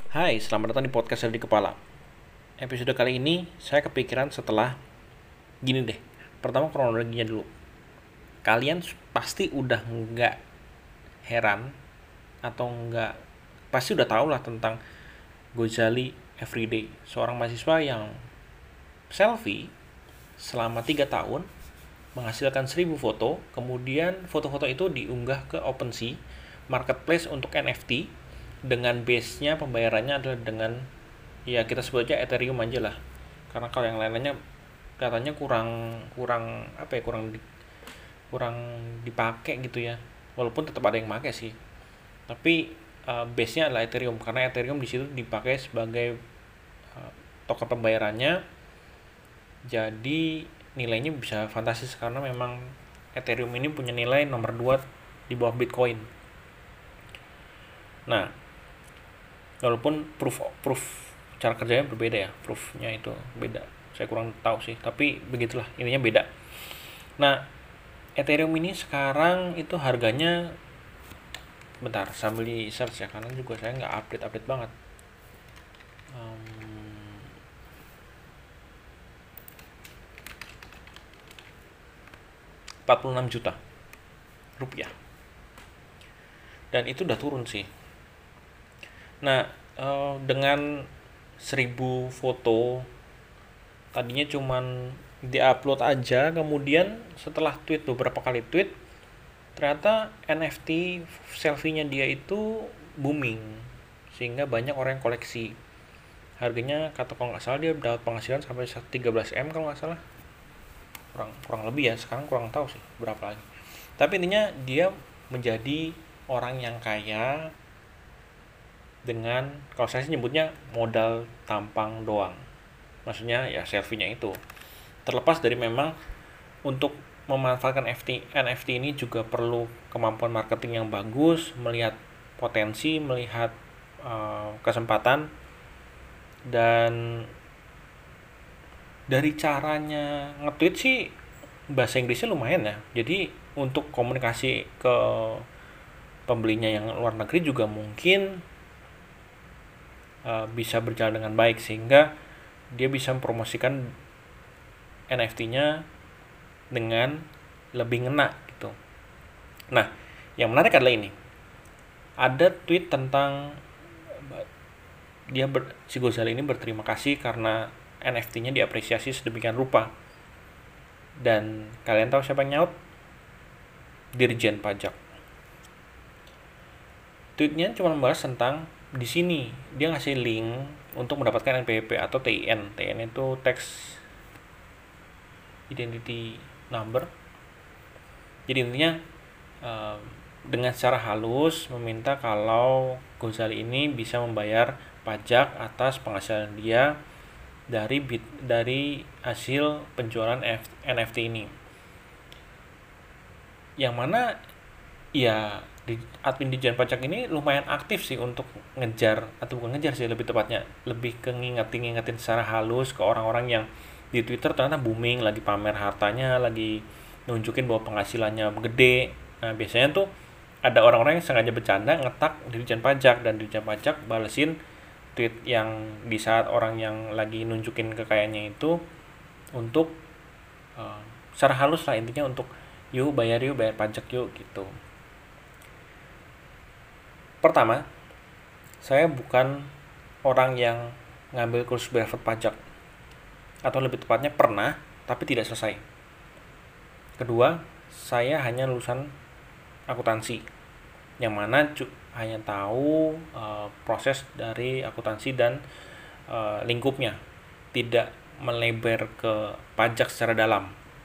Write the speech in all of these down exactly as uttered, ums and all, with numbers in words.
Hai, selamat datang di podcast dari Kepala. Episode kali ini saya kepikiran setelah gini deh. Pertama kronologinya dulu. Kalian pasti udah nggak heran atau nggak pasti udah tahu lah tentang Gozali Everyday, seorang mahasiswa yang selfie selama tiga tahun menghasilkan seribu foto, kemudian foto-foto itu diunggah ke OpenSea, marketplace untuk N F T, dengan base-nya pembayarannya adalah dengan, ya kita sebut aja Ethereum aja lah, karena kalau yang lain-lainnya katanya kurang kurang apa ya kurang di, kurang dipakai gitu ya, walaupun tetap ada yang pakai sih, tapi uh, base-nya adalah Ethereum karena Ethereum di situ dipakai sebagai uh, token pembayarannya. Jadi nilainya bisa fantastis karena memang Ethereum ini punya nilai nomor dua di bawah Bitcoin. Nah, walaupun proof proof cara kerjanya berbeda ya, proofnya itu beda, saya kurang tahu sih, tapi begitulah intinya beda. Nah, Ethereum ini sekarang itu harganya, bentar sambil di search ya karena juga saya nggak update update banget. um, empat puluh enam juta rupiah, dan itu udah turun sih. Nah, eh, dengan seribu foto tadinya cuman diupload aja, kemudian setelah tweet beberapa kali tweet ternyata N F T selfie-nya dia itu booming sehingga banyak orang yang koleksi. Harganya kata kalau nggak salah dia dapat penghasilan sampai tiga belas M kalau nggak salah, kurang kurang lebih ya, sekarang kurang tahu sih berapa lagi, tapi intinya dia menjadi orang yang kaya dengan, kalau saya sih nyebutnya modal tampang doang, maksudnya ya selfie-nya itu. Terlepas dari memang untuk memanfaatkan F T, N F T ini juga perlu kemampuan marketing yang bagus, melihat potensi, melihat uh, kesempatan, dan dari caranya nge-tweet sih bahasa Inggrisnya lumayan ya. Jadi untuk komunikasi ke pembelinya yang luar negeri juga mungkin uh, bisa berjalan dengan baik sehingga dia bisa mempromosikan N F T-nya dengan lebih ngena gitu. Nah, yang menarik adalah ini. Ada tweet tentang dia ber, si Gozali ini berterima kasih karena N F T-nya diapresiasi sedemikian rupa. Dan kalian tahu siapa yang nyaut? Dirjen Pajak. Tweetnya cuma membahas tentang di sini dia ngasih link untuk mendapatkan N P W P atau T I N. T I N itu Tax Identity Number. Jadi intinya uh, dengan secara halus meminta kalau Gozali ini bisa membayar pajak atas penghasilan dia dari bit, dari hasil penjualan N F T ini. Yang mana ya di, admin Dijen Pajak ini lumayan aktif sih untuk ngejar, atau bukan ngejar sih lebih tepatnya, lebih ke ngingetin-ngingetin secara halus ke orang-orang yang di Twitter ternyata booming, lagi pamer hartanya, lagi nunjukin bahwa penghasilannya gede. Nah, biasanya tuh ada orang-orang yang sengaja bercanda ngetak Dirjen Pajak, dan Dirjen Pajak balesin tweet yang di saat orang yang lagi nunjukin kekayaannya itu untuk uh, secara halus lah intinya untuk yuk bayar yuk bayar pajak yuk gitu. Pertama, saya bukan orang yang ngambil kursus Brevet pajak, atau lebih tepatnya pernah tapi tidak selesai. Kedua, saya hanya lulusan akuntansi, yang mana cu- hanya tahu uh, proses dari akuntansi dan uh, lingkupnya, tidak melebar ke pajak secara dalam.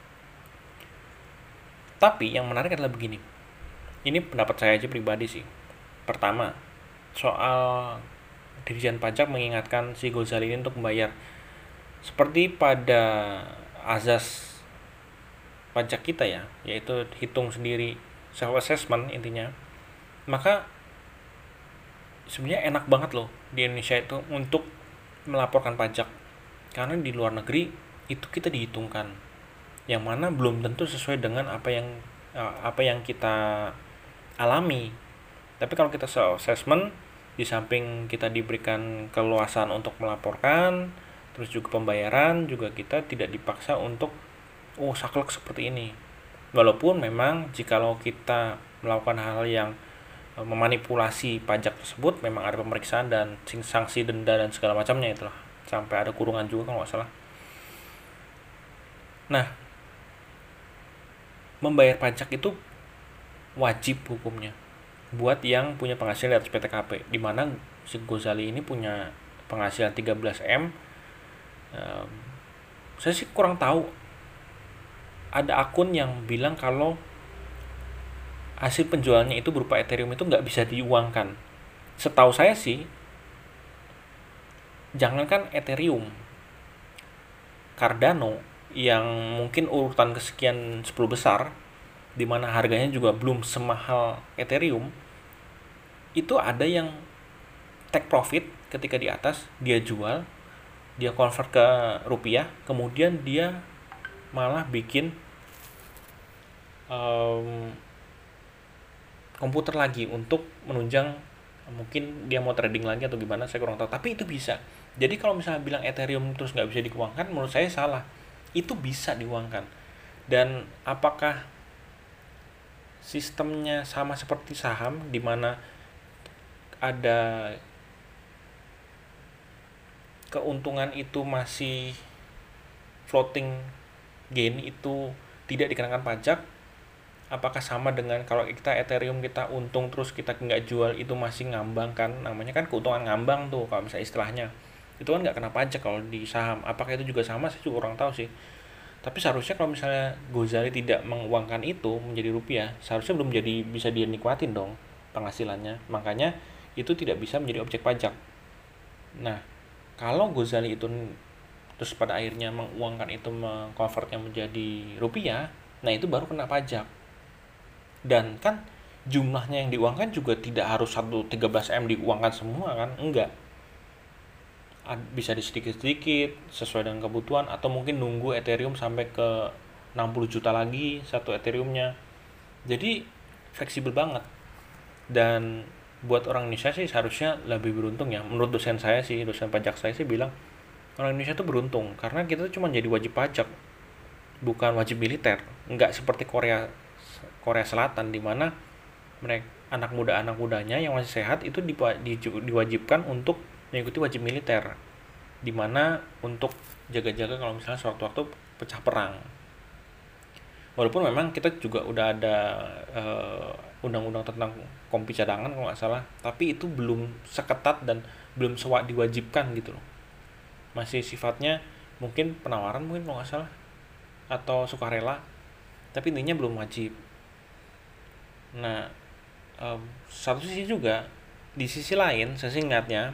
Tapi yang menarik adalah begini, ini pendapat saya aja pribadi sih. Pertama, soal Dirjen Pajak mengingatkan si Gozali ini untuk membayar seperti pada azas pajak kita ya, yaitu hitung sendiri, self assessment intinya. Maka sebenarnya enak banget loh di Indonesia itu untuk melaporkan pajak, karena di luar negeri itu kita dihitungkan, yang mana belum tentu sesuai dengan apa yang apa yang kita alami. Tapi kalau kita self assessment Di samping kita diberikan keleluasan untuk melaporkan, terus juga pembayaran juga kita tidak dipaksa untuk oh saklek seperti ini. Walaupun memang jikalau kita melakukan hal yang e, memanipulasi pajak tersebut, memang ada pemeriksaan dan sanksi denda dan segala macamnya itulah. Sampai ada kurungan juga kalau nggak salah. Nah, membayar pajak itu wajib hukumnya buat yang punya penghasilan di atas P T K P, di mana si Gozali ini punya penghasilan tiga belas M. Um, saya sih kurang tahu, ada akun yang bilang kalau hasil penjualannya itu berupa Ethereum itu nggak bisa diuangkan. Setahu saya sih, jangankan Ethereum, Cardano yang mungkin urutan kesekian sepuluh besar, di mana harganya juga belum semahal Ethereum, itu ada yang take profit ketika di atas, dia jual, dia convert ke rupiah, kemudian dia malah bikin um, komputer lagi untuk menunjang, mungkin dia mau trading lagi atau gimana, saya kurang tahu, tapi itu bisa. Jadi kalau misalnya bilang Ethereum terus nggak bisa diuangkan, menurut saya salah. Itu bisa diuangkan. Dan apakah sistemnya sama seperti saham, di mana ada keuntungan itu masih floating gain, itu tidak dikenakan pajak? Apakah sama dengan kalau kita Ethereum kita untung terus kita nggak jual, itu masih ngambang kan? Namanya kan keuntungan ngambang tuh kalau misalnya istilahnya. Itu kan nggak kena pajak kalau di saham. Apakah itu juga sama? Saya juga kurang tahu sih. Tapi seharusnya kalau misalnya Gozali tidak menguangkan itu menjadi rupiah, seharusnya belum jadi bisa dia nikmatin dong penghasilannya. Makanya itu tidak bisa menjadi objek pajak. Nah, kalau Gozali itu terus pada akhirnya menguangkan itu, mengkonvertnya menjadi rupiah, nah itu baru kena pajak. Dan kan jumlahnya yang diuangkan juga tidak harus satu tiga belas M diuangkan semua kan, enggak. Bisa di sedikit-sedikit sesuai dengan kebutuhan, atau mungkin nunggu Ethereum sampai ke enam puluh juta lagi satu Ethereumnya. Jadi fleksibel banget. Dan buat orang Indonesia sih seharusnya lebih beruntung ya. Menurut dosen saya sih, dosen pajak saya sih bilang orang Indonesia tuh beruntung karena kita tuh cuma jadi wajib pajak, bukan wajib militer. Enggak seperti Korea Korea Selatan di mana mereka anak muda anak mudanya yang masih sehat itu diwajibkan untuk mengikuti wajib militer, di mana untuk jaga-jaga kalau misalnya suatu waktu pecah perang. Walaupun memang kita juga udah ada uh, undang-undang tentang kompi cadangan kalau nggak salah, tapi itu belum seketat dan belum sewak diwajibkan gitu loh. Masih sifatnya mungkin penawaran mungkin kalau nggak salah, atau sukarela, tapi intinya belum wajib. Nah, um, satu sisi juga, di sisi lain saya sih ingatnya,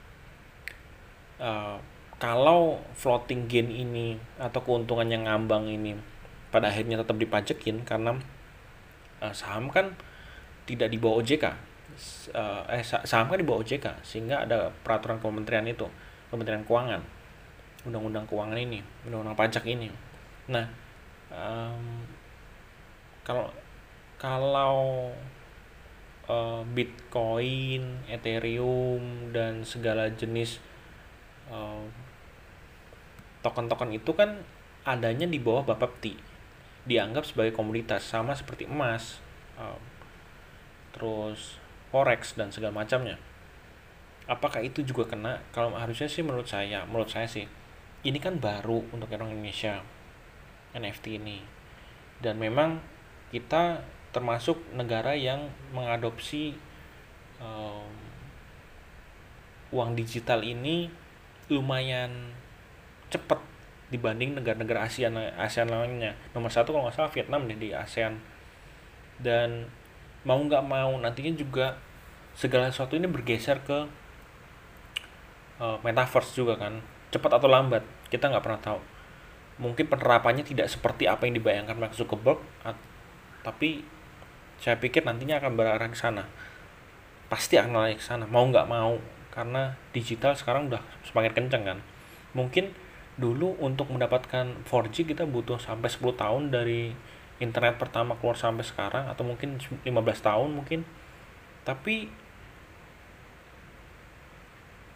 Uh, kalau floating gain ini atau keuntungan yang ngambang ini pada akhirnya tetap dipajekin karena uh, saham kan tidak di bawah O J K, uh, eh saham kan di bawah O J K, sehingga ada peraturan kementerian itu, Kementerian Keuangan, undang-undang keuangan ini, undang-undang pajak ini. Nah, um, kalau kalau uh, Bitcoin, Ethereum dan segala jenis Uh, token-token itu kan adanya di bawah Bapepti, dianggap sebagai komoditas sama seperti emas, uh, terus forex dan segala macamnya. Apakah itu juga kena? Kalau harusnya sih menurut saya, menurut saya sih ini kan baru untuk orang Indonesia N F T ini, dan memang kita termasuk negara yang mengadopsi uh, uang digital ini lumayan cepat dibanding negara-negara ASEAN ASEAN lainnya. Nomor satu kalau nggak salah Vietnam deh di ASEAN. Dan mau nggak mau nantinya juga segala sesuatu ini bergeser ke uh, metaverse juga kan, cepat atau lambat kita nggak pernah tahu. Mungkin penerapannya tidak seperti apa yang dibayangkan Mark Zuckerberg, tapi saya pikir nantinya akan berarah ke sana. Pasti akan lari ke sana, mau nggak mau, karena digital sekarang udah semakin kencang kan. Mungkin dulu untuk mendapatkan four G kita butuh sampai sepuluh tahun dari internet pertama keluar sampai sekarang, atau mungkin lima belas tahun mungkin. Tapi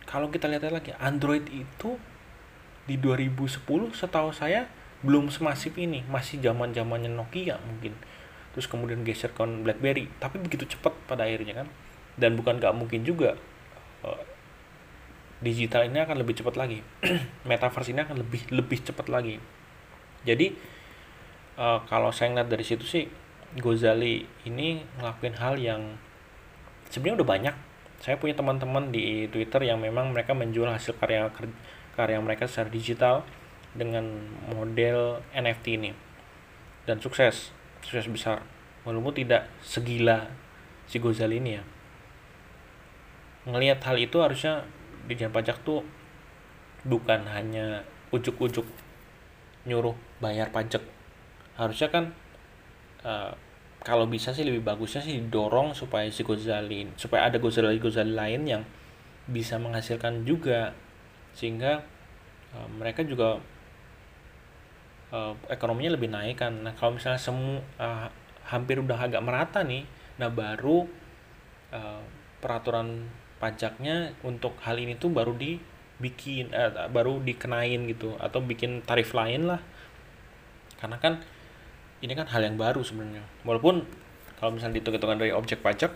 kalau kita lihat lagi, Android itu di dua ribu sepuluh setahu saya belum semasif ini, masih zaman zamannya Nokia mungkin, terus kemudian geser ke BlackBerry, tapi begitu cepat pada akhirnya kan. Dan bukan nggak mungkin juga uh, digital ini akan lebih cepat lagi metaverse ini akan lebih lebih cepat lagi. Jadi uh, kalau saya ngeliat dari situ sih, Gozali ini ngelakuin hal yang sebenarnya udah banyak. Saya punya teman-teman di Twitter yang memang mereka menjual hasil karya karya mereka secara digital dengan model N F T ini, dan sukses sukses besar, walaupun tidak segila si Gozali ini ya. Ngelihat hal itu, harusnya Dijen Pajak tuh bukan hanya ujuk-ujuk nyuruh bayar pajak, harusnya kan uh, kalau bisa sih lebih bagusnya sih didorong supaya si Gozali supaya ada Gozali Gozali lain yang bisa menghasilkan juga, sehingga uh, mereka juga uh, ekonominya lebih naik kan. Nah kalau misalnya semua uh, hampir udah agak merata nih, nah baru uh, peraturan pajaknya untuk hal ini tuh baru dibikin, uh, baru dikenain gitu, atau bikin tarif lain lah, karena kan ini kan hal yang baru sebenarnya. Walaupun kalau misalnya dihitung-hitungan dari objek pajak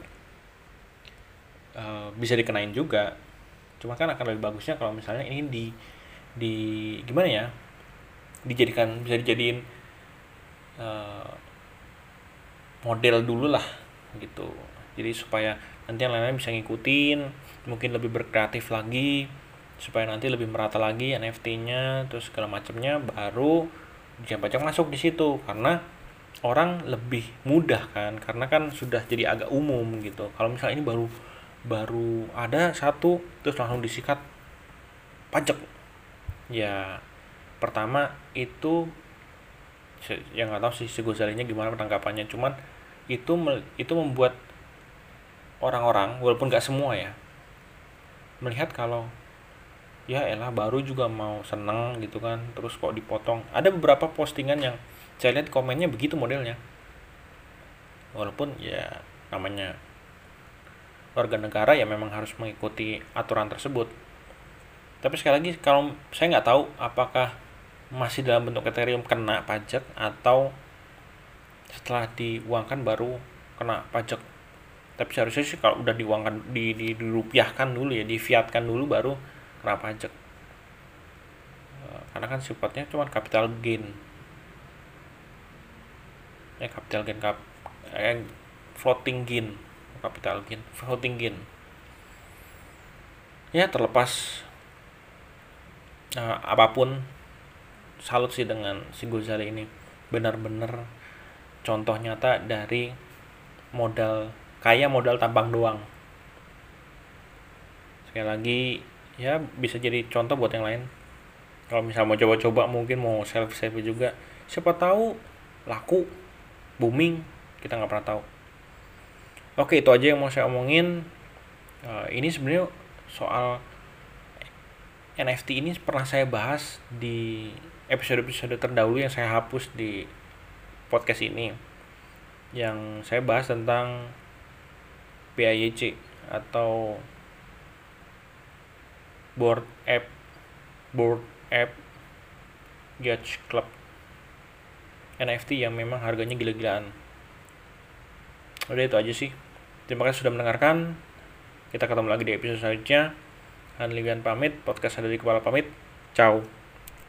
uh, bisa dikenain juga, cuma kan akan lebih bagusnya kalau misalnya ini di di gimana ya, dijadikan bisa dijadiin uh, model dulu lah gitu. Jadi supaya nanti yang lain-lain bisa ngikutin, mungkin lebih berkreatif lagi, supaya nanti lebih merata lagi N F T-nya terus segala macamnya, baru Dijen Pajak masuk di situ, karena orang lebih mudah kan, karena kan sudah jadi agak umum gitu. Kalau misalnya ini baru baru ada satu terus langsung disikat pajak, ya pertama itu ya nggak tahu sih si Gozalinya gimana penangkapannya, cuman itu itu membuat orang-orang, walaupun nggak semua ya, melihat kalau ya elah baru juga mau seneng gitu kan, terus kok dipotong. Ada beberapa postingan yang saya lihat komennya begitu modelnya, walaupun ya namanya warga negara ya memang harus mengikuti aturan tersebut. Tapi sekali lagi, kalau saya nggak tahu apakah masih dalam bentuk Ethereum kena pajak atau setelah diuangkan baru kena pajak. Tapi seharusnya sih kalau udah diuangkan, di, di, dirupiahkan dulu ya, difiatkan dulu baru kena pajak. Karena kan sifatnya cuma capital gain. Eh capital gain, cap, eh, floating gain, capital gain, floating gain. Ya terlepas uh, apapun, salut sih dengan si Gozali ini, benar-benar contoh nyata dari modal kaya modal tampang doang. Sekali lagi ya bisa jadi contoh buat yang lain. Kalau misalnya mau coba-coba, mungkin mau selfie-selfie juga, siapa tahu laku, booming, kita nggak pernah tahu. Oke, itu aja yang mau saya omongin. Uh, ini sebenarnya soal N F T ini pernah saya bahas di episode-episode terdahulu yang saya hapus di podcast ini, yang saya bahas tentang B A Y C atau Bored Ape Bored Ape Yacht Club, N F T yang memang harganya gila-gilaan. Udah itu aja sih. Terima kasih sudah mendengarkan. Kita ketemu lagi di episode selanjutnya. Hanlian pamit, podcast ada di kepala pamit. Ciao.